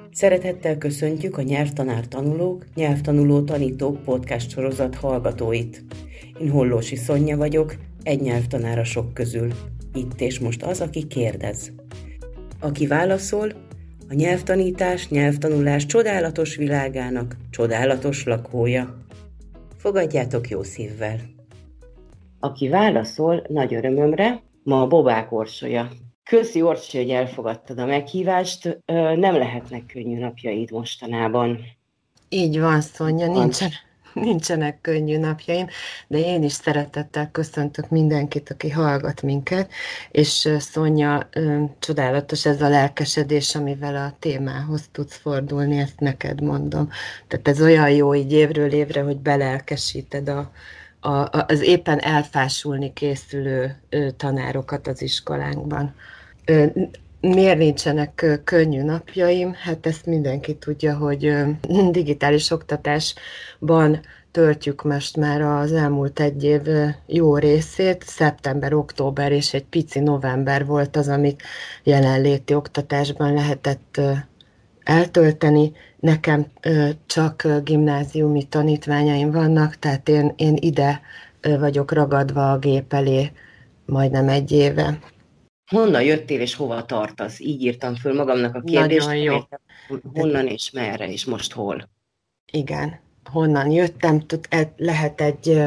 Szeretettel köszöntjük a Nyelvtanár Tanulók, Nyelvtanuló Tanítók podcast sorozat hallgatóit. Én Hollósi Szonya vagyok, egy nyelvtanár a sok közül. Itt és most az, aki kérdez. Aki válaszol, a nyelvtanítás, nyelvtanulás csodálatos világának csodálatos lakója. Fogadjátok jó szívvel! Aki válaszol, nagy örömömre, ma a Bobák Orsolya. Köszi, Orsi, hogy elfogadtad a meghívást. Nem lehetnek könnyű napjaid mostanában. Így van, Szonya, nincsenek könnyű napjaim, de én is szeretettel köszöntök mindenkit, aki hallgat minket, és Szonya, csodálatos ez a lelkesedés, amivel a témához tudsz fordulni, ezt neked mondom. Tehát ez olyan jó így évről évre, hogy belelkesíted az éppen elfásulni készülő tanárokat az iskolánkban. Miért nincsenek könnyű napjaim? Hát ezt mindenki tudja, hogy digitális oktatásban töltjük most már az elmúlt egy év jó részét. Szeptember, október és egy pici november volt az, amit jelenléti oktatásban lehetett eltölteni. Nekem csak gimnáziumi tanítványaim vannak, tehát én ide vagyok ragadva a gép elé majdnem egy éve. Honnan jöttél és hova tartasz? Így írtam föl magamnak a kérdést. Nagyon jó. Honnan és merre és most hol? Igen, honnan jöttem, lehet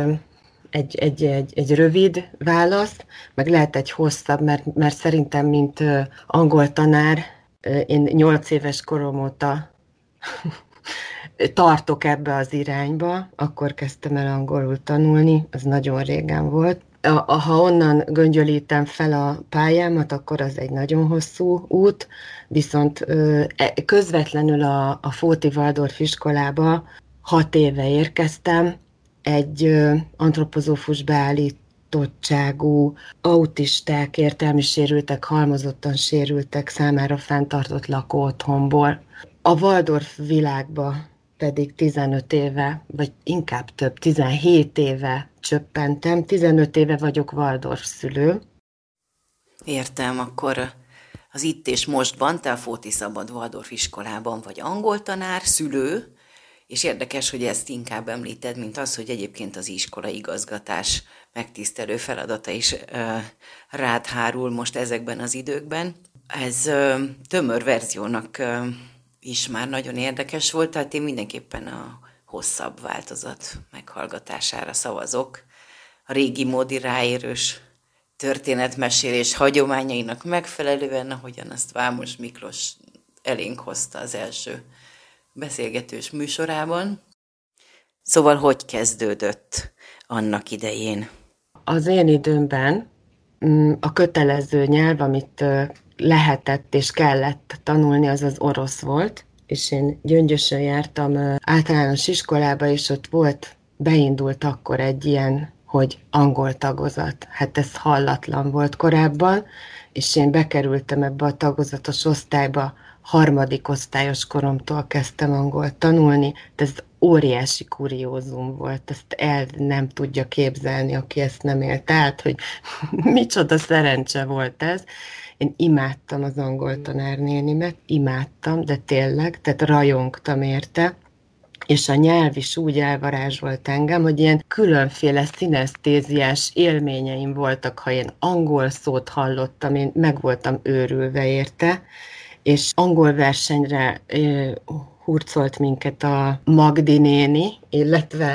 egy rövid válasz, meg lehet egy hosszabb, mert szerintem, mint angol tanár, én 8 éves korom óta tartok ebbe az irányba, akkor kezdtem el angolul tanulni, az nagyon régen volt. Ha onnan göngyölítem fel a pályámat, akkor az egy nagyon hosszú út, viszont közvetlenül a Fóti Waldorf iskolába 6 éve érkeztem, egy antropozófus beállítottságú, autisták, értelmi sérültek, halmozottan sérültek számára fenntartott lakóotthonból. A Waldorf világba pedig 15 éve, vagy inkább több, 17 éve csöppentem, 15 éve vagyok Waldorf szülő. Értem, akkor az itt és mostban te a Fóti Szabad Waldorf iskolában vagy angol tanár, szülő, és érdekes, hogy ezt inkább említed, mint az, hogy egyébként az iskola igazgatás megtisztelő feladata is rád hárul most ezekben az időkben. Ez tömör verziónak is már nagyon érdekes volt, tehát én mindenképpen a hosszabb változat meghallgatására szavazok. A régi módi ráérős történetmesélés hagyományainak megfelelően, ahogyan azt Vámos Miklós elénk hozta az első beszélgetős műsorában. Szóval hogy kezdődött annak idején? Az én időmben a kötelező nyelv, amit lehetett és kellett tanulni, az orosz volt, és én Gyöngyösön jártam általános iskolába, és ott beindult akkor egy ilyen, hogy angol tagozat. Hát ez hallatlan volt korábban, és én bekerültem ebbe a tagozatos osztályba, 3. osztályos koromtól kezdtem angolt tanulni, de ez óriási kuriózum volt, ezt el nem tudja képzelni, aki ezt nem élt át, hogy micsoda szerencse volt ez. Én imádtam az angol tanárnénimet, imádtam, de tényleg, tehát rajongtam érte, és a nyelv is úgy elvarázsolt engem, hogy ilyen különféle szinesztéziás élményeim voltak, ha én angol szót hallottam, én meg voltam őrülve érte, és angol versenyre hurcolt minket a Magdi néni, illetve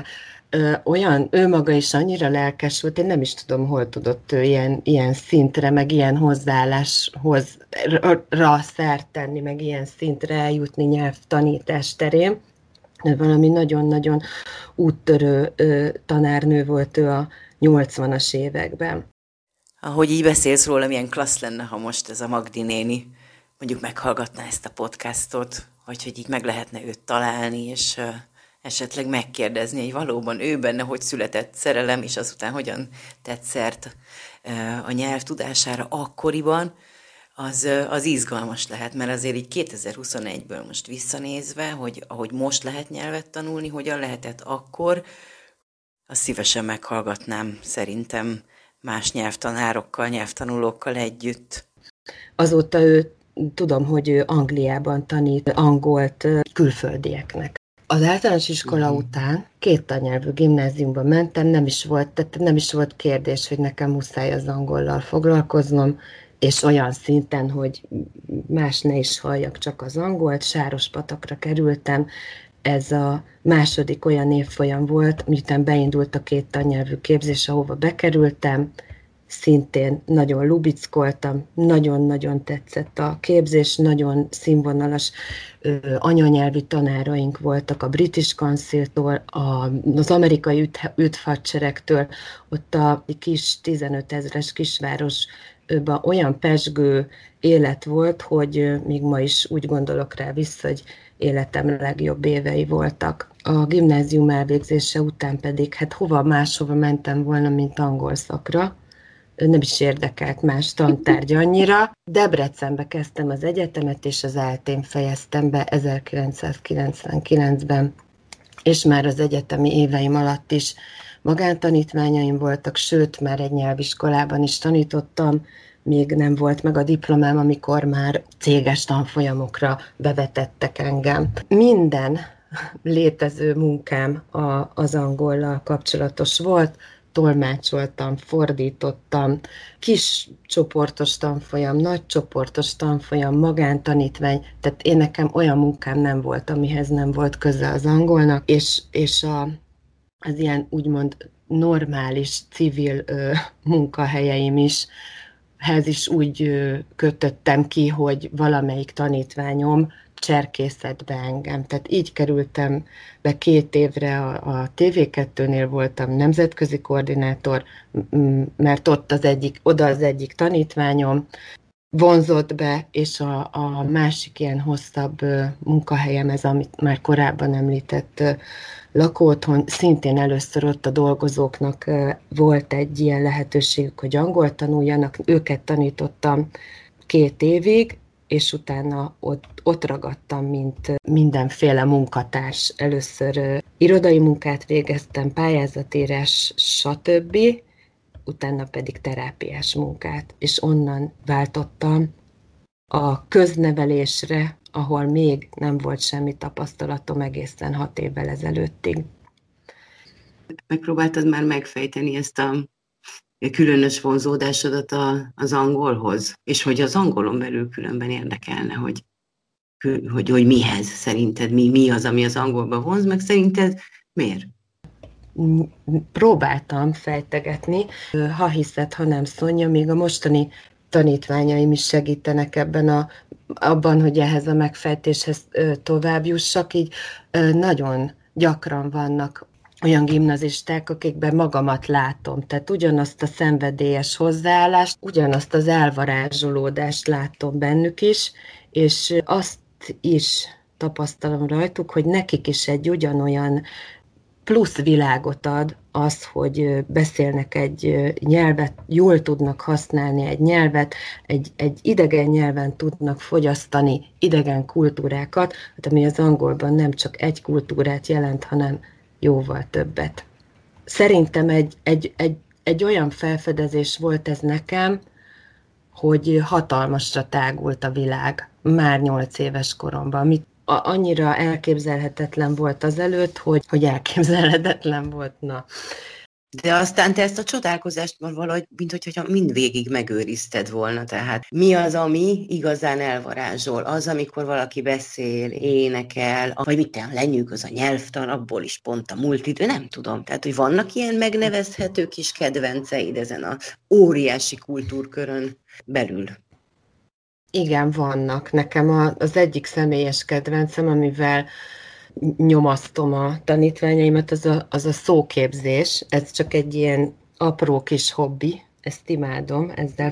ő maga is annyira lelkes volt, én nem is tudom, hol tudott ő ilyen szintre, meg ilyen hozzáálláshoz szert tenni, meg ilyen szintre eljutni nyelvtanítás terén. Valami nagyon-nagyon úttörő tanárnő volt ő a 80-as években. Ahogy így beszélsz róla, milyen klassz lenne, ha most ez a Magdi néni mondjuk meghallgatná ezt a podcastot, vagy hogy így meg lehetne őt találni, és esetleg megkérdezni, hogy valóban ő benne hogy született szerelem, és azután hogyan tett szert a nyelv tudására akkoriban, az izgalmas lehet, mert azért így 2021-ből most visszanézve, hogy ahogy most lehet nyelvet tanulni, hogyan lehetett akkor, azt szívesen meghallgatnám szerintem más nyelvtanárokkal, nyelvtanulókkal együtt. Azóta ő tudom, hogy ő Angliában tanít angolt külföldieknek. Az általános iskola után 2 tannyelvű gimnáziumba mentem, tehát nem is volt kérdés, hogy nekem muszáj az angollal foglalkoznom, és olyan szinten, hogy más ne is halljak, csak az angolt. Sárospatakra kerültem. Ez a második olyan évfolyam volt, miután beindult a 2 tannyelvű képzés, ahova bekerültem. Szintén nagyon lubickoltam, nagyon-nagyon tetszett a képzés, nagyon színvonalas anyanyelvi tanáraink voltak a British Council-tól, az amerikai üdvhadseregtől, ott a kis 15 000-es kisvárosban olyan pezsgő élet volt, hogy még ma is úgy gondolok rá vissza, hogy életem legjobb évei voltak. A gimnázium elvégzése után pedig, hát hova máshova mentem volna, mint angol szakra. Nem is érdekelt más tantárgy annyira. Debrecenbe kezdtem az egyetemet, és az ELTE-n fejeztem be 1999-ben, és már az egyetemi éveim alatt is magántanítványaim voltak, sőt, már egy nyelviskolában is tanítottam, még nem volt meg a diplomám, amikor már céges tanfolyamokra bevetettek engem. Minden létező munkám az angollal kapcsolatos volt, tolmácsoltam, fordítottam, kis csoportos tanfolyam, nagy csoportos tanfolyam, magántanítvány, tehát én nekem olyan munkám nem volt, amihez nem volt köze az angolnak, és az ilyen úgymond normális, civil munkahelyeim is, hez is úgy kötöttem ki, hogy valamelyik tanítványom cserkészetbe engem. Tehát így kerültem be 2 évre a TV2-nél voltam nemzetközi koordinátor, mert oda az egyik tanítványom vonzott be, és a másik ilyen hosszabb munkahelyem, ez amit már korábban említett lakóotthon, szintén először ott a dolgozóknak volt egy ilyen lehetőségük, hogy angolt tanuljanak, őket tanítottam 2 évig, és utána ott ragadtam, mint mindenféle munkatárs. Először irodai munkát végeztem, pályázatírás, stb., utána pedig terápiás munkát, és onnan váltottam a köznevelésre, ahol még nem volt semmi tapasztalatom egészen 6 évvel ezelőttig. Megpróbáltad már megfejteni ezt a különös vonzódásodat az angolhoz? És hogy az angolon belül különben érdekelne, hogy mihez szerinted, mi az, ami az angolba vonz, meg szerinted miért? Próbáltam fejtegetni, ha hiszed, ha nem, Szonya, még a mostani tanítványaim is segítenek abban, hogy ehhez a megfejtéshez tovább jussak, így nagyon gyakran vannak olyan gimnazisták, akikben magamat látom, tehát ugyanazt a szenvedélyes hozzáállást, ugyanazt az elvarázsolódást látom bennük is, és azt is tapasztalom rajtuk, hogy nekik is egy ugyanolyan plusz világot ad az, hogy beszélnek egy nyelvet, jól tudnak használni egy nyelvet, egy idegen nyelven tudnak fogyasztani idegen kultúrákat, ami az angolban nem csak egy kultúrát jelent, hanem jóval többet. Szerintem egy olyan felfedezés volt ez nekem, hogy hatalmasra tágult a világ már 8 éves koromban. Annyira elképzelhetetlen volt azelőtt, hogy elképzelhetetlen volt, na. De aztán te ezt a csodálkozást valahogy, minthogyha mindvégig megőrizted volna, tehát mi az, ami igazán elvarázsol? Az, amikor valaki beszél, énekel, vagy lenyűgöz a nyelvtan, abból is pont a múlt idő, nem tudom. Tehát, hogy vannak ilyen megnevezhető kis kedvenceid ezen az óriási kultúrkörön belül? Igen, vannak. Nekem az egyik személyes kedvencem, amivel nyomasztom a tanítványaimat, az a szóképzés. Ez csak egy ilyen apró kis hobbi, ezt imádom, ezzel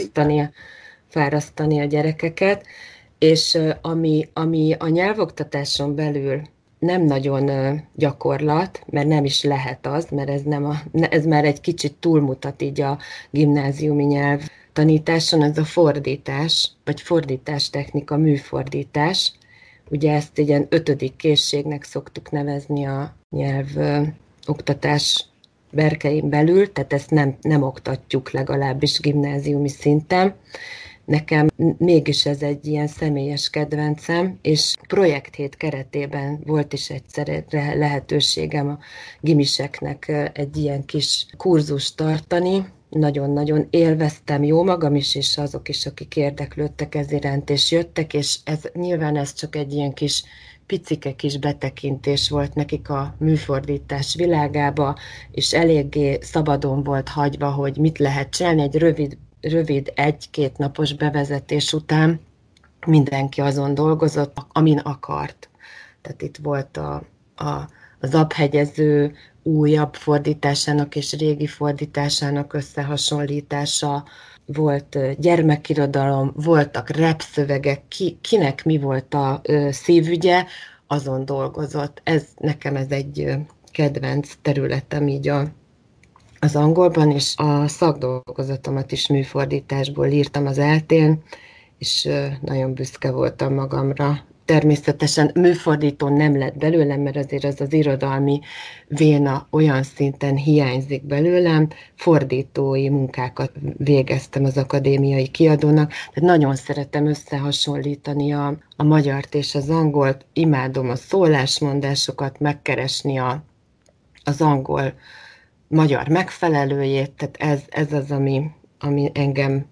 fárasztani a gyerekeket, és ami a nyelvoktatáson belül nem nagyon gyakorlat, mert nem is lehet az, mert ez már egy kicsit túlmutat így a gimnáziumi nyelv tanításon, ez a fordítás, vagy fordítástechnika, műfordítás. Ugye ezt ilyen 5. készségnek szoktuk nevezni a nyelv oktatás berkein belül, tehát ezt nem oktatjuk legalábbis gimnáziumi szinten, nekem mégis ez egy ilyen személyes kedvencem, és projekthét keretében volt is egyszer lehetőségem a gimiseknek egy ilyen kis kurzust tartani. Nagyon-nagyon élveztem, jó magam is, és azok is, akik érdeklődtek ez iránt, és jöttek, és nyilván ez csak egy ilyen kis picike kis betekintés volt nekik a műfordítás világába, és eléggé szabadon volt hagyva, hogy mit lehet csinálni. Egy rövid 1-2 napos bevezetés után mindenki azon dolgozott, amin akart. Tehát itt volt az Abhegyező újabb fordításának és régi fordításának összehasonlítása, volt gyermekirodalom, voltak repszövegek, kinek mi volt a szívügye, azon dolgozott. Nekem ez egy kedvenc területem így az angolban, és a szakdolgozatomat is műfordításból írtam az ELTE-n, és nagyon büszke voltam magamra. Természetesen műfordító nem lett belőlem, mert azért az irodalmi véna olyan szinten hiányzik belőlem. Fordítói munkákat végeztem az akadémiai kiadónak, tehát nagyon szeretem összehasonlítani a magyart és az angolt, imádom a szólásmondásokat, megkeresni az angol-magyar megfelelőjét, tehát ez az, ami engem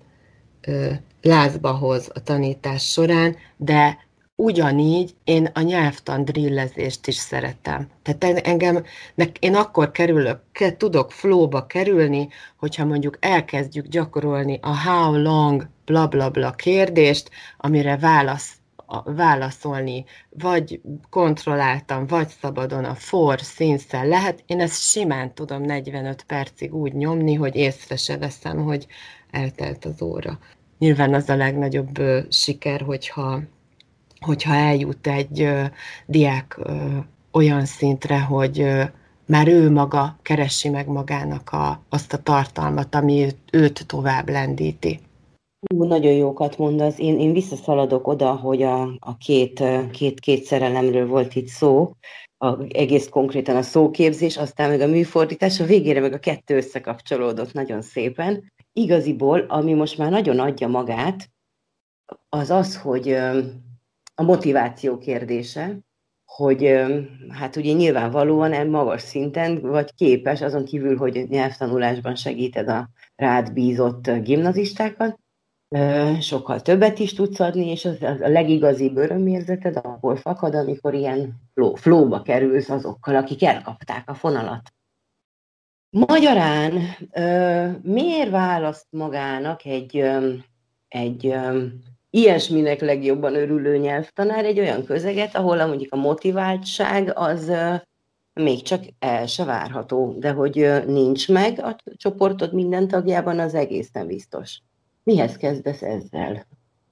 lázba hoz a tanítás során, de ugyanígy én a nyelvtan drillezést is szeretem. Tehát én akkor tudok flowba kerülni, hogyha mondjuk elkezdjük gyakorolni a how long bla bla bla kérdést, amire válaszolni, vagy kontrolláltan, vagy szabadon a for színszel lehet. Én ezt simán tudom 45 percig úgy nyomni, hogy észre se veszem, hogy eltelt az óra. Nyilván az a legnagyobb siker, hogyha eljut egy diák olyan szintre, hogy már ő maga keresi meg magának azt a tartalmat, ami őt tovább lendíti. Nagyon jókat mondasz. Én visszaszaladok oda, hogy a két szerelemről volt itt szó, egész konkrétan a szóképzés, aztán meg a műfordítás, a végére meg a kettő összekapcsolódott nagyon szépen. Igaziból, ami most már nagyon adja magát, az, hogy a motiváció kérdése, hogy hát ugye nyilvánvalóan magas szinten vagy képes, azon kívül, hogy nyelvtanulásban segíted a rád bízott gimnazistákat, sokkal többet is tudsz adni, és az a legigazibb örömérzeted abból fakad, amikor ilyen flowba kerülsz azokkal, akik elkapták a fonalat. Magyarán miért választ magának egy ilyesminek legjobban örülő nyelvtanár egy olyan közeget, ahol mondjuk a motiváltság az még csak el se várható, de hogy nincs meg a csoportod minden tagjában, az egészen biztos. Mihez kezdesz ezzel?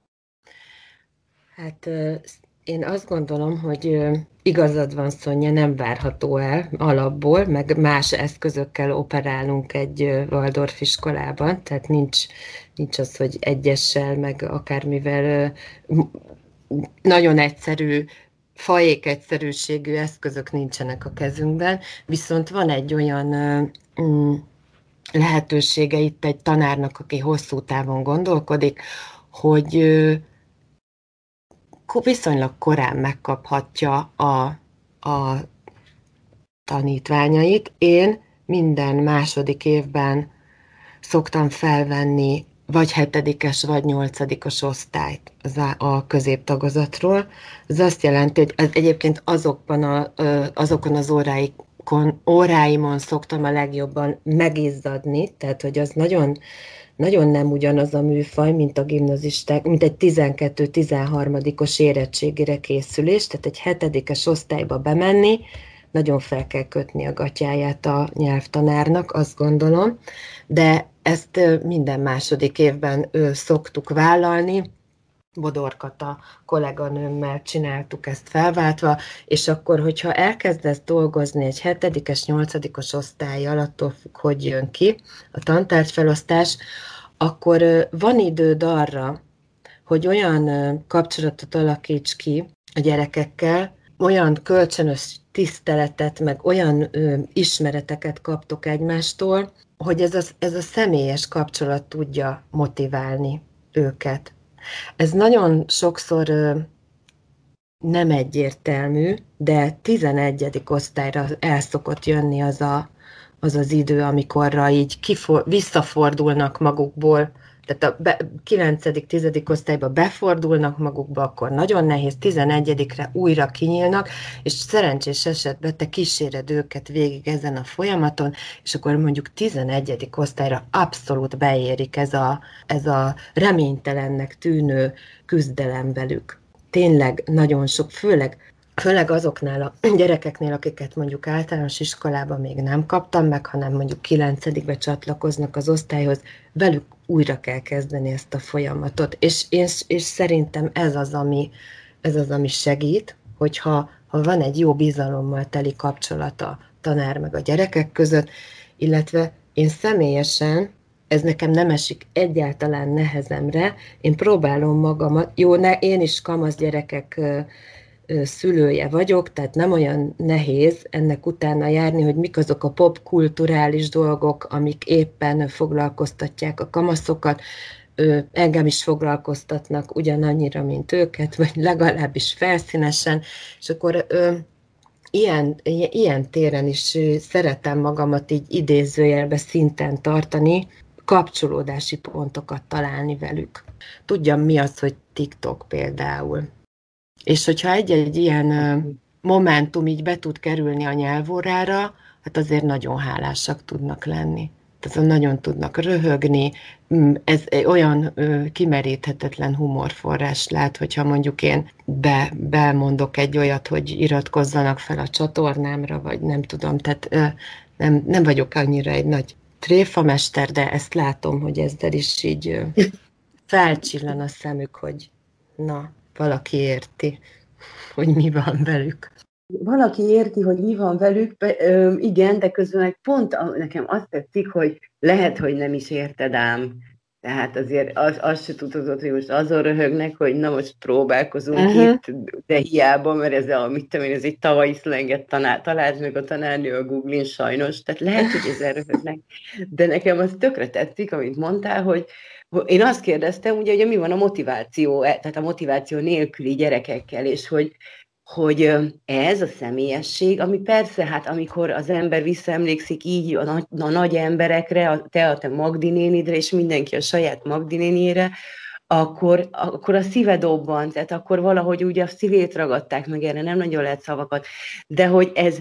Hát én azt gondolom, hogy igazad van, Szonya, nem várható el alapból, meg más eszközökkel operálunk egy Waldorf iskolában, tehát nincs az, hogy egyessel, meg akármivel nagyon egyszerű, fajék egyszerűségű eszközök nincsenek a kezünkben, viszont van egy olyan lehetősége itt egy tanárnak, aki hosszú távon gondolkodik, hogy viszonylag korán megkaphatja a tanítványait. Én minden második évben szoktam felvenni vagy 7-es, vagy 8-os osztályt a középtagozatról. Ez azt jelenti, hogy ez egyébként azokon az óráimon szoktam a legjobban megizzadni, tehát hogy az nagyon, nagyon nem ugyanaz a műfaj, mint a gimnazisták, mint egy 12-13-os érettségire készülés, tehát egy 7-es osztályba bemenni, nagyon fel kell kötni a gatyáját a nyelvtanárnak, azt gondolom, de ezt minden második évben szoktuk vállalni. Bodorkata kolléganőmmel csináltuk ezt felváltva, és akkor, hogyha elkezdesz dolgozni egy 7-es, 8-os osztályjal, attól függ, hogy jön ki a tantárgyfelosztás, akkor van időd arra, hogy olyan kapcsolatot alakíts ki a gyerekekkel, olyan kölcsönös tiszteletet, meg olyan ismereteket kaptok egymástól, hogy ez a személyes kapcsolat tudja motiválni. őket. Ez nagyon sokszor nem egyértelmű, de 11. osztályra el szokott jönni az idő, amikorra így visszafordulnak magukból, tehát a 9.-10. osztályba befordulnak magukba, akkor nagyon nehéz, 11-re újra kinyílnak, és szerencsés esetben te kíséred őket végig ezen a folyamaton, és akkor mondjuk 11. osztályra abszolút beérik ez a reménytelennek tűnő küzdelem velük. Tényleg nagyon sok, főleg azoknál a gyerekeknél, akiket mondjuk általános iskolában még nem kaptam meg, hanem mondjuk 9-be csatlakoznak az osztályhoz, velük újra kell kezdeni ezt a folyamatot. És szerintem ez az, ami segít, hogyha van egy jó bizalommal teli kapcsolat a tanár meg a gyerekek között, illetve én személyesen, ez nekem nem esik egyáltalán nehezemre, én próbálom magamat, én is kamasz gyerekek szülője vagyok, tehát nem olyan nehéz ennek utána járni, hogy mik azok a popkulturális dolgok, amik éppen foglalkoztatják a kamaszokat, engem is foglalkoztatnak ugyanannyira, mint őket, vagy legalábbis felszínesen, és akkor ilyen téren is szeretem magamat így idézőjelbe szinten tartani, kapcsolódási pontokat találni velük. Tudjam, mi az, hogy TikTok például. És hogyha egy-egy ilyen momentum így be tud kerülni a nyelvórára, hát azért nagyon hálásak tudnak lenni. Tehát nagyon tudnak röhögni, ez olyan kimeríthetetlen humorforrás lehet, hogyha mondjuk én bemondok egy olyat, hogy iratkozzanak fel a csatornámra, vagy nem tudom, tehát nem vagyok annyira egy nagy tréfamester, de ezt látom, hogy ezzel is így felcsillan a szemük, hogy na, valaki érti, hogy mi van velük. Valaki érti, hogy mi van velük, igen, de közben meg pont nekem azt tetszik, hogy lehet, hogy nem is érted ám. Tehát azért azt se tudod, hogy most azon röhögnek, hogy na most próbálkozunk itt, de hiába, mert ez egy tavalyi szlenget talált meg a tanárnő a Google-in sajnos, tehát lehet, hogy ezzel röhögnek, de nekem az tökre tetszik, amit mondtál, hogy én azt kérdeztem, ugye, hogy mi van a motiváció, tehát a motiváció nélküli gyerekekkel, és hogy ez a személyesség, ami persze, hát amikor az ember visszaemlékszik így a nagy emberekre, a te Magdi nénidre, és mindenki a saját Magdi nénére, akkor a szíve dobban, tehát akkor valahogy úgy a szívét ragadták meg, erre nem nagyon lehet szavakat, de hogy ez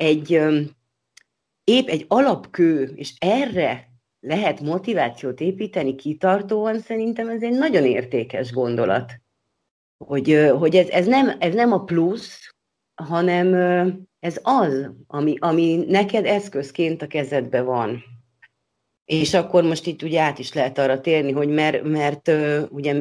épp egy alapkő, és erre lehet motivációt építeni kitartóan, szerintem ez egy nagyon értékes gondolat. Hogy ez nem a plusz, hanem ez az, ami neked eszközként a kezedben van. És akkor most itt ugye át is lehet arra térni, hogy mert ugye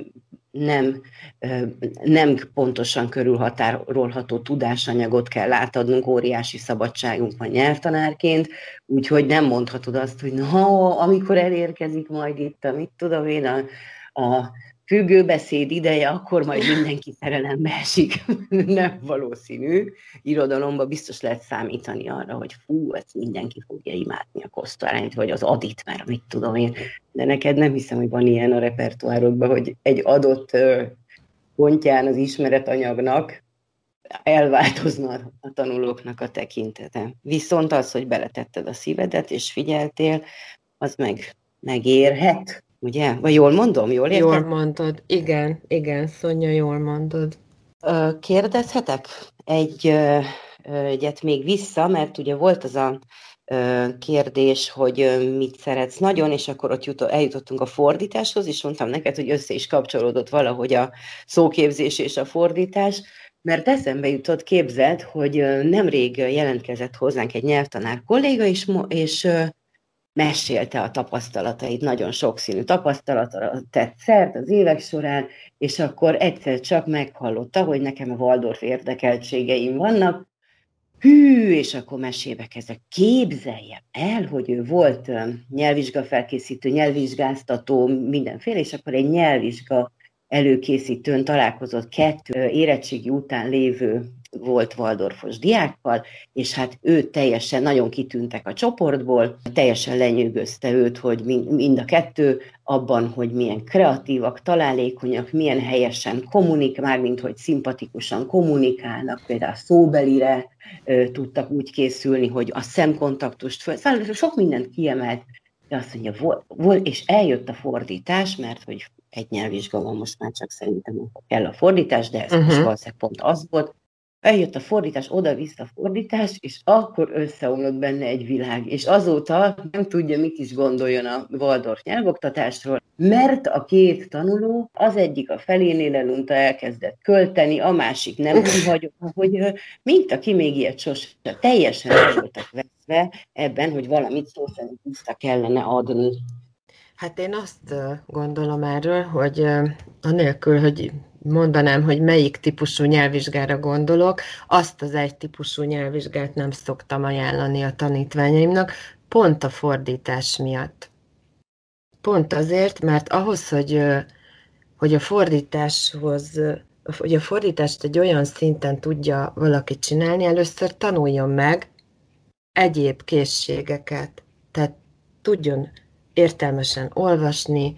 nem pontosan körülhatárolható tudásanyagot kell átadnunk, óriási szabadságunk van nyelvtanárként, úgyhogy nem mondhatod azt, hogy amikor elérkezik majd itt, mit tudom én, a függőbeszéd ideje, akkor majd mindenki szerelembe esik. Nem valószínű. Irodalomban biztos lehet számítani arra, hogy ezt mindenki fogja imádni a Kosztorányt, vagy az Adit, mert mit tudom én. De neked nem hiszem, hogy van ilyen a repertoárodban, hogy egy adott pontján az ismeretanyagnak elváltozna a tanulóknak a tekintete. Viszont az, hogy beletetted a szívedet és figyeltél, az megérhet. Ugye? Vagy jól mondom? Jól érted? Jól mondod. Igen, Szonya, jól mondod. Kérdezhetek egyet még vissza, mert ugye volt az a kérdés, hogy mit szeretsz nagyon, és akkor ott eljutottunk a fordításhoz, és mondtam neked, hogy össze is kapcsolódott valahogy a szóképzés és a fordítás, mert eszembe jutott, képzeld, hogy nemrég jelentkezett hozzánk egy nyelvtanár kolléga, és mesélte a tapasztalatait, nagyon sokszínű tapasztalatra tett szert az évek során, és akkor egyszer csak meghallotta, hogy nekem a Waldorf érdekeltségeim vannak, és akkor mesébe kezdek. Képzeljem el, hogy ő volt nyelvvizsgafelkészítő, nyelvvizsgáztató, mindenféle, és akkor egy nyelvvizsga előkészítőn találkozott 2 érettségi után lévő volt waldorfos diákkal, és hát ő teljesen, nagyon kitűntek a csoportból, teljesen lenyűgözte őt, hogy mind a kettő abban, hogy milyen kreatívak, találékonyak, milyen helyesen mármint hogy szimpatikusan kommunikálnak, például szóbelire tudtak úgy készülni, hogy a szemkontaktust, sok mindent kiemelt, de azt mondja, volt, és eljött a fordítás, mert hogy egy nyelvvizsga van, most már csak szerintem kell a fordítás, de ez most valószínűleg pont az volt. Eljött a fordítás, oda-vissza fordítás, és akkor összeomlott benne egy világ. És azóta nem tudja, mit is gondoljon a Waldorf nyelvoktatásról, mert a két tanuló, az egyik a felénél elunta, elkezdett költeni, a másik nem kihagyott, hogy mint aki még ilyet sosem, teljesen el voltak veszve ebben, hogy valamit szó szerint vissza kellene adni. Hát én azt gondolom erről, hogy anélkül, hogy mondanám, hogy melyik típusú nyelvvizsgára gondolok, azt az egy típusú nyelvvizsgát nem szoktam ajánlani a tanítványaimnak, pont a fordítás miatt. Pont azért, mert ahhoz, hogy a fordítást egy olyan szinten tudja valaki csinálni, először tanuljon meg egyéb készségeket. Tehát tudjon értelmesen olvasni,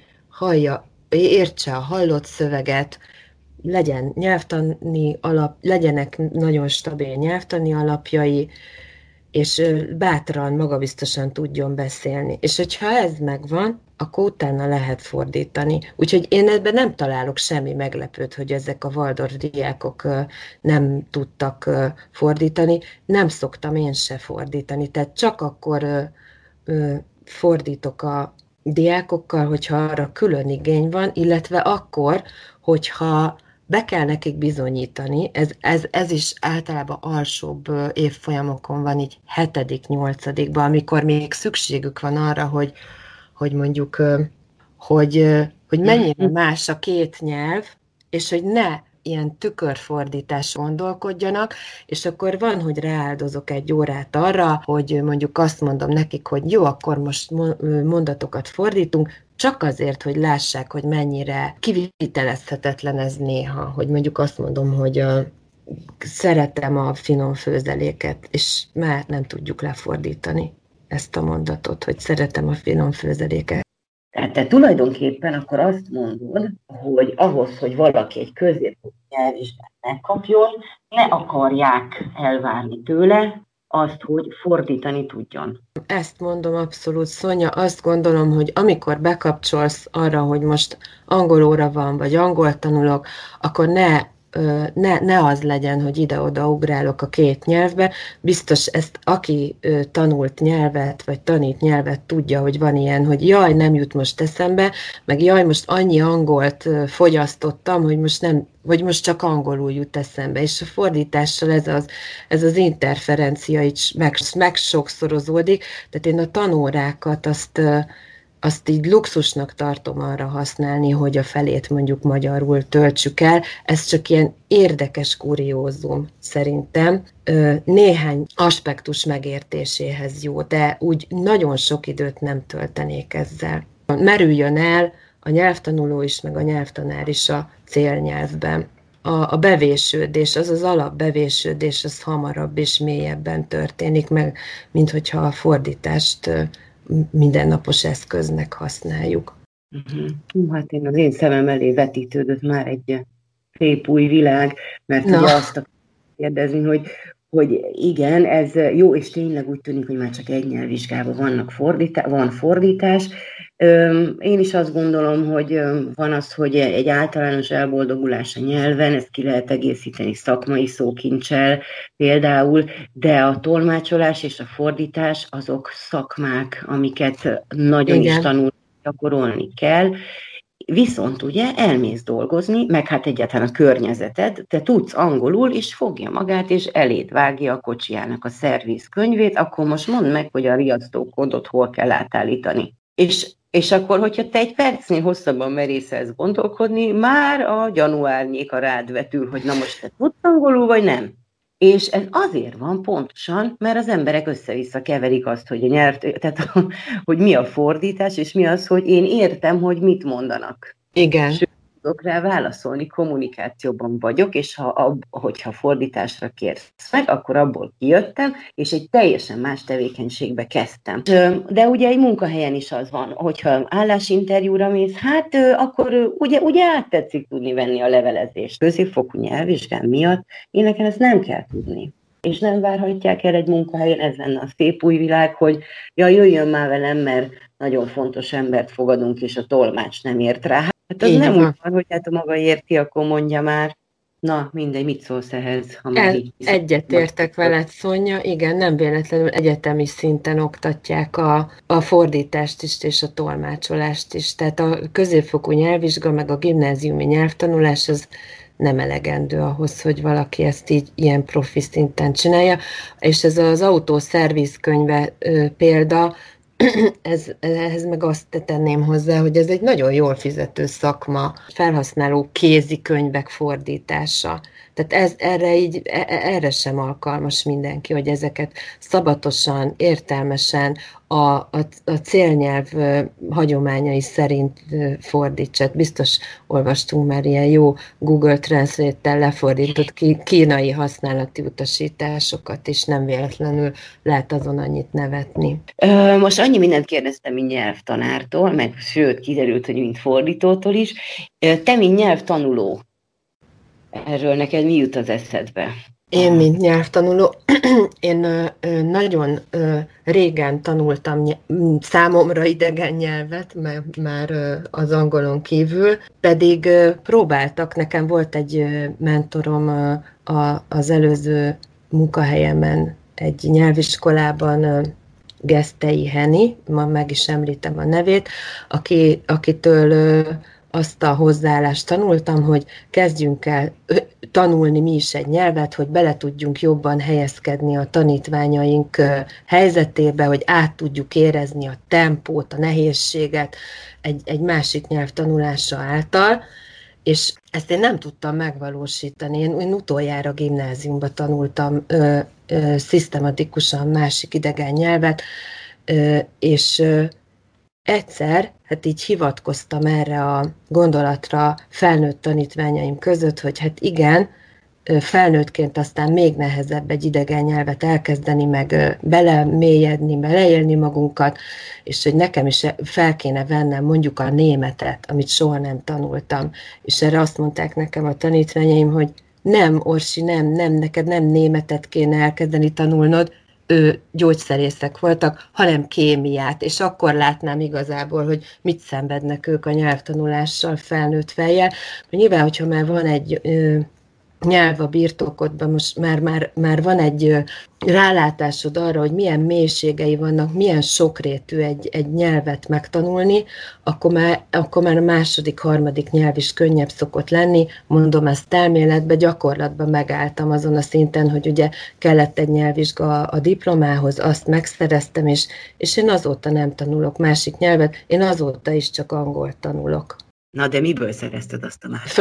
értse a hallott szöveget, legyen nyelvtani legyenek nagyon stabil nyelvtani alapjai, és bátran, magabiztosan tudjon beszélni. És hogyha ez megvan, akkor utána lehet fordítani. Úgyhogy én ebben nem találok semmi meglepőt, hogy ezek a Waldorf diákok nem tudtak fordítani. Nem szoktam én se fordítani, tehát csak akkor fordítok a diákokkal, hogyha arra külön igény van, illetve akkor, hogyha be kell nekik bizonyítani, ez is általában alsóbb évfolyamokon van, így 7.-8., amikor még szükségük van arra, hogy mondjuk, hogy mennyire más a két nyelv, és hogy ne ilyen tükörfordítás gondolkodjanak, és akkor van, hogy rááldozok egy órát arra, hogy mondjuk azt mondom nekik, hogy jó, akkor most mondatokat fordítunk, csak azért, hogy lássák, hogy mennyire kivitelezhetetlen ez néha, hogy mondjuk azt mondom, hogy szeretem a finom főzeléket, és már nem tudjuk lefordítani ezt a mondatot, hogy szeretem a finom főzeléket. Tehát te tulajdonképpen akkor azt mondod, hogy ahhoz, hogy valaki egy középfokú nyelvvizsgát megkapjon, ne akarják elvárni tőle azt, hogy fordítani tudjon. Ezt mondom abszolút, Szonya, azt gondolom, hogy amikor bekapcsolsz arra, hogy most angol óra van, vagy angol tanulok, akkor ne az legyen, hogy ide-oda ugrálok a két nyelvbe. Biztos ezt, aki tanult nyelvet, vagy tanít nyelvet, tudja, hogy van ilyen, hogy jaj, nem jut most eszembe, meg jaj, most annyi angolt fogyasztottam, hogy most csak angolul jut eszembe. És a fordítással ez az interferencia is megsokszorozódik. Tehát én a tanórákat azt így luxusnak tartom arra használni, hogy a felét mondjuk magyarul töltsük el. Ez csak ilyen érdekes kuriózum szerintem. Néhány aspektus megértéséhez jó, de úgy nagyon sok időt nem töltenék ezzel. Merüljön el a nyelvtanuló is, meg a nyelvtanár is a célnyelvben. A bevésődés, az alapbevésődés, az hamarabb és mélyebben történik meg, mint hogyha a fordítást mindennapos eszköznek használjuk. Hát az én szemem elé vetítődött már egy szép új világ, mert ugye azt akartam kérdezni, hogy igen, ez jó, és tényleg úgy tűnik, hogy már csak egy nyelvvizsgában van fordítás. Én is azt gondolom, hogy van az, hogy egy általános elboldogulás a nyelven, ezt ki lehet egészíteni szakmai szókincsel például, de a tolmácsolás és a fordítás azok szakmák, amiket nagyon is gyakorolni kell. Viszont ugye elmész dolgozni, meg hát egyáltalán a környezeted, te tudsz angolul, és fogja magát, és eléd vágja a kocsijának a szervizkönyvét, akkor most mondd meg, hogy a riasztókódot hol kell átállítani. És akkor, hogyha te egy percnél hosszabban merészelsz gondolkodni, már a gyanúárnyéka rád vetül, hogy na most te tudsz angolul, vagy nem. És ez azért van pontosan, mert az emberek össze-vissza keverik azt, hogy tehát hogy mi a fordítás, és mi az, hogy én értem, hogy mit mondanak. Igen. Sőt, tudok rá válaszolni, kommunikációban vagyok, és hogyha fordításra kérsz meg, akkor abból kijöttem, és egy teljesen más tevékenységbe kezdtem. De ugye egy munkahelyen is az van, hogyha állásinterjúra mész, hát akkor ugye áttetszik tudni venni a levelezést. Középfokú nyelvvizsgám miatt én nekem ezt nem kell tudni. És nem várhatják el egy munkahelyen, ez lenne a szép új világ, hogy ja, jöjjön már velem, mert nagyon fontos embert fogadunk, és a tolmács nem ért rá. Hát az nem úgy van, hogy hát a maga érti, akkor mondja már. Na, mindegy, mit szólsz ehhez? Egyetértek veled, Szonya. Igen, nem véletlenül egyetemi szinten oktatják a fordítást is, és a tolmácsolást is. Tehát a középfokú nyelvvizsga, meg a gimnáziumi nyelvtanulás, az nem elegendő ahhoz, hogy valaki ezt így ilyen profi szinten csinálja. És ez az autószervizkönyve példa, ehhez meg azt tenném hozzá, hogy ez egy nagyon jól fizető szakma, felhasználó kézikönyvek fordítása. Tehát erre sem alkalmas mindenki, hogy ezeket szabatosan, értelmesen, a célnyelv hagyományai szerint fordítsát. Biztos olvastunk már ilyen jó Google Translate-tel lefordított kínai használati utasításokat, és nem véletlenül lehet azon annyit nevetni. Most annyi mindent kérdeztem, mint nyelvtanártól, meg sőt, kiderült, hogy mint fordítótól is. Te, mint nyelvtanuló, erről neked mi jut az eszedbe? Én, mint nyelvtanuló, én nagyon régen tanultam számomra idegen nyelvet, már az angolon kívül, pedig próbáltak, nekem volt egy mentorom az előző munkahelyemen, egy nyelviskolában, Gesztei Heni, ma meg is említem a nevét, akitől azt a hozzáállást tanultam, hogy kezdjünk el tanulni mi is egy nyelvet, hogy bele tudjunk jobban helyezkedni a tanítványaink helyzetébe, hogy át tudjuk érezni a tempót, a nehézséget egy másik nyelv tanulása által, és ezt én nem tudtam megvalósítani. Én utoljára gimnáziumban tanultam szisztematikusan másik idegen nyelvet, és egyszer, hát így hivatkoztam erre a gondolatra felnőtt tanítványaim között, hogy hát igen, felnőttként aztán még nehezebb egy idegen nyelvet elkezdeni, meg belemélyedni, beleélni magunkat, és hogy nekem is fel kéne vennem mondjuk a németet, amit soha nem tanultam. És erre azt mondták nekem a tanítványaim, hogy nem, Orsi, nem, neked nem németet kéne elkezdeni tanulnod, gyógyszerészek voltak, hanem kémiát, és akkor látnám igazából, hogy mit szenvednek ők a nyelvtanulással felnőtt fejjel. Nyilván, hogyha már van egy nyelv a birtokodban, most már van egy rálátásod arra, hogy milyen mélységei vannak, milyen sokrétű egy nyelvet megtanulni, akkor már a második, harmadik nyelv is könnyebb szokott lenni. Mondom ezt elméletbe, gyakorlatban megálltam azon a szinten, hogy ugye kellett egy nyelvvizsga a diplomához, azt megszereztem, és én azóta nem tanulok másik nyelvet, én azóta is csak angolt tanulok. Na, de miből szerezted azt a másikat?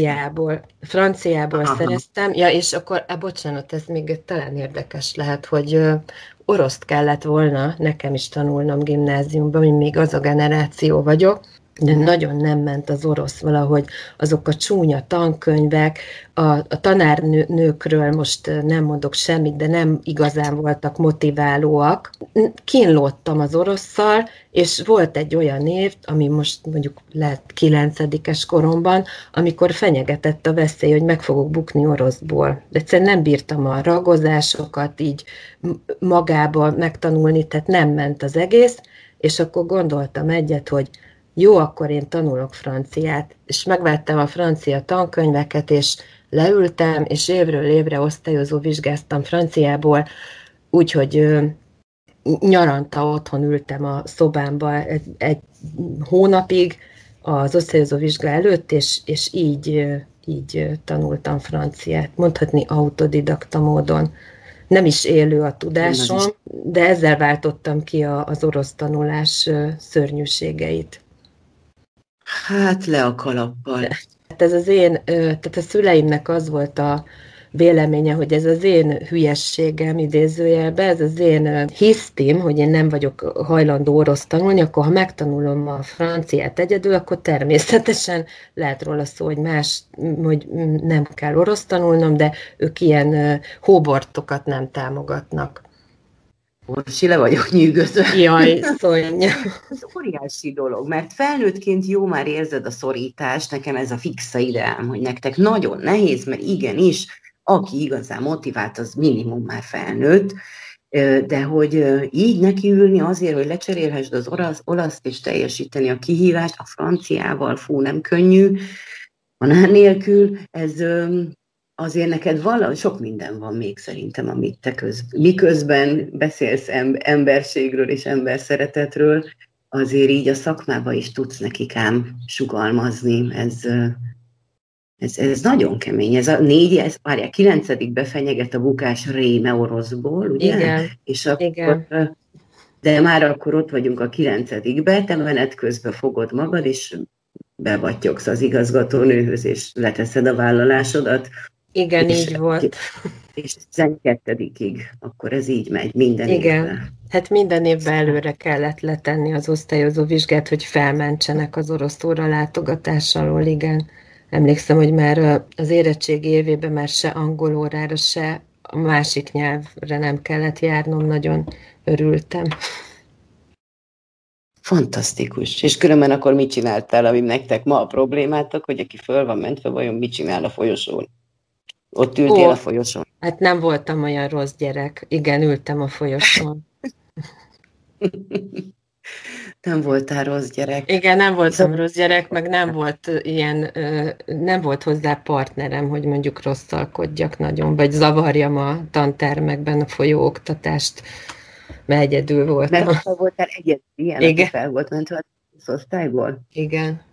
Franciából szereztem. Ja, és akkor, bocsánat, ez még talán érdekes lehet, hogy oroszt kellett volna nekem is tanulnom gimnáziumban, én még az a generáció vagyok, de nagyon nem ment az orosz valahogy, azok a csúnya tankönyvek, a tanárnőkről most nem mondok semmit, de nem igazán voltak motiválóak. Kínlódtam az orosszal, és volt egy olyan év, ami most mondjuk lehet 9-es koromban, amikor fenyegetett a veszély, hogy meg fogok bukni oroszból. De egyszerűen nem bírtam a ragozásokat így magába megtanulni, tehát nem ment az egész, és akkor gondoltam egyet, hogy jó, akkor én tanulok franciát, és megvettem a francia tankönyveket, és leültem, és évről évre osztályozó vizsgáztam franciából, úgyhogy nyaranta otthon ültem a szobámba egy hónapig az osztályozó vizsga előtt, és így tanultam franciát, mondhatni autodidakta módon. Nem is élő a tudásom, de ezzel váltottam ki az orosz tanulás szörnyűségeit. Hát le a kalappal. Ez az tehát a szüleimnek az volt a véleménye, hogy ez az én hülyességem idézőjelben, ez az én hisztim, hogy én nem vagyok hajlandó orosz tanulni, akkor ha megtanulom a franciát egyedül, akkor természetesen lehet róla szó, hogy nem kell orosz tanulnom, de ők ilyen hóbortokat nem támogatnak. Orsi, le vagyok nyűgözve. Jaj, Szonya. Ez óriási dolog, mert felnőttként jó már érzed a szorítást, nekem ez a fixa ideám, hogy nektek nagyon nehéz, mert igenis, aki igazán motivált, az minimum már felnőtt, de hogy így nekiülni azért, hogy lecserélhessd az olaszt és teljesíteni a kihívást, a franciával, fú, nem könnyű, tanár nélkül, ez azért neked sok minden van még szerintem, amit te miközben beszélsz emberségről és emberszeretetről, azért így a szakmába is tudsz nekik ám sugalmazni. Ez nagyon kemény. Ez a 9. fenyeget a bukás réme oroszból, ugye? Igen. És akkor, igen. De már akkor ott vagyunk a 9. te menet közben fogod magad, és bevattyogsz az igazgatónőhöz, és leteszed a vállalásodat. Igen, így volt. És 12-ig, akkor ez így megy minden évben. Hát minden évben előre kellett letenni az osztályozó vizsgát, hogy felmentsenek az orosz óra látogatás alól, igen. Emlékszem, hogy már az érettségi évében már se angol órára, se a másik nyelvre nem kellett járnom, nagyon örültem. Fantasztikus. És különben akkor mit csináltál, ami nektek ma a problémátok, hogy aki föl van mentve, vajon mit csinál a folyosón? Ott ültél a folyosón? Hát nem voltam olyan rossz gyerek. Igen, ültem a folyosón. Nem voltál rossz gyerek. Igen, nem voltam rossz gyerek, meg nem volt hozzá partnerem, hogy mondjuk rosszalkodjak nagyon, vagy zavarjam a tantermekben a folyóoktatást, mert egyedül voltam. Mert voltál egyedül, ilyen, aki fel volt mentve az osztályból? Igen.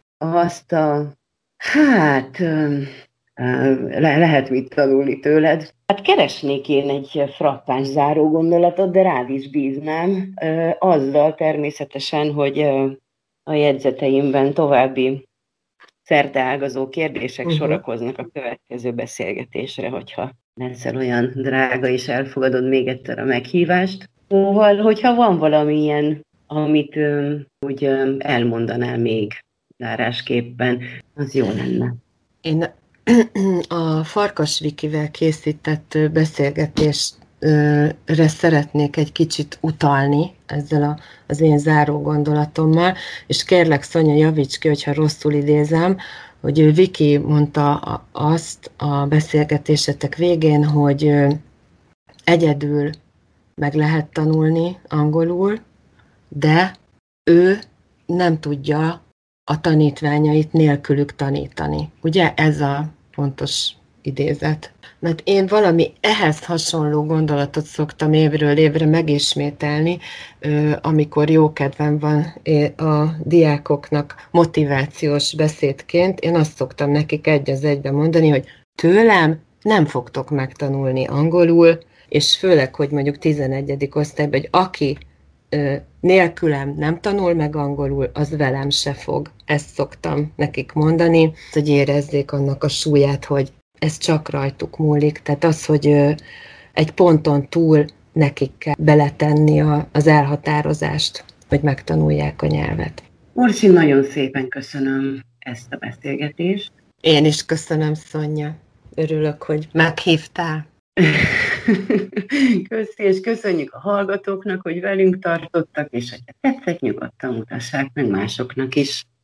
Lehet mit tanulni tőled. Hát keresnék én egy frappáns záró gondolatot, de rád is bíznám. Azzal természetesen, hogy a jegyzeteimben további szerteágazó kérdések sorakoznak a következő beszélgetésre, hogyha leszel olyan drága és elfogadod még egyszer a meghívást. Szóval, hogyha van valamilyen, amit úgy elmondanál még zárásképpen, az jó lenne. Én a Farkas Vikivel készített beszélgetésre szeretnék egy kicsit utalni ezzel az én záró gondolatommal, és kérlek, Szonya, javíts ki, hogyha rosszul idézem, hogy Viki mondta azt a beszélgetésetek végén, hogy egyedül meg lehet tanulni angolul, de ő nem tudja a tanítványait nélkülük tanítani. Ugye ez a fontos idézet. Mert én valami ehhez hasonló gondolatot szoktam évről évre megismételni, amikor jó kedvem van a diákoknak motivációs beszédként. Én azt szoktam nekik egy az egyben mondani, hogy tőlem nem fogtok megtanulni angolul, és főleg, hogy mondjuk 11. osztályban, hogy aki nélkülem nem tanul meg angolul, az velem se fog. Ezt szoktam nekik mondani, hogy érezzék annak a súlyát, hogy ez csak rajtuk múlik. Tehát az, hogy egy ponton túl nekik kell beletenni az elhatározást, hogy megtanulják a nyelvet. Orsi, nagyon szépen köszönöm ezt a beszélgetést. Én is köszönöm, Szonya. Örülök, hogy meghívtál. Köszi, és köszönjük a hallgatóknak, hogy velünk tartottak, és ha tetszett, nyugodtan mutassák meg másoknak is.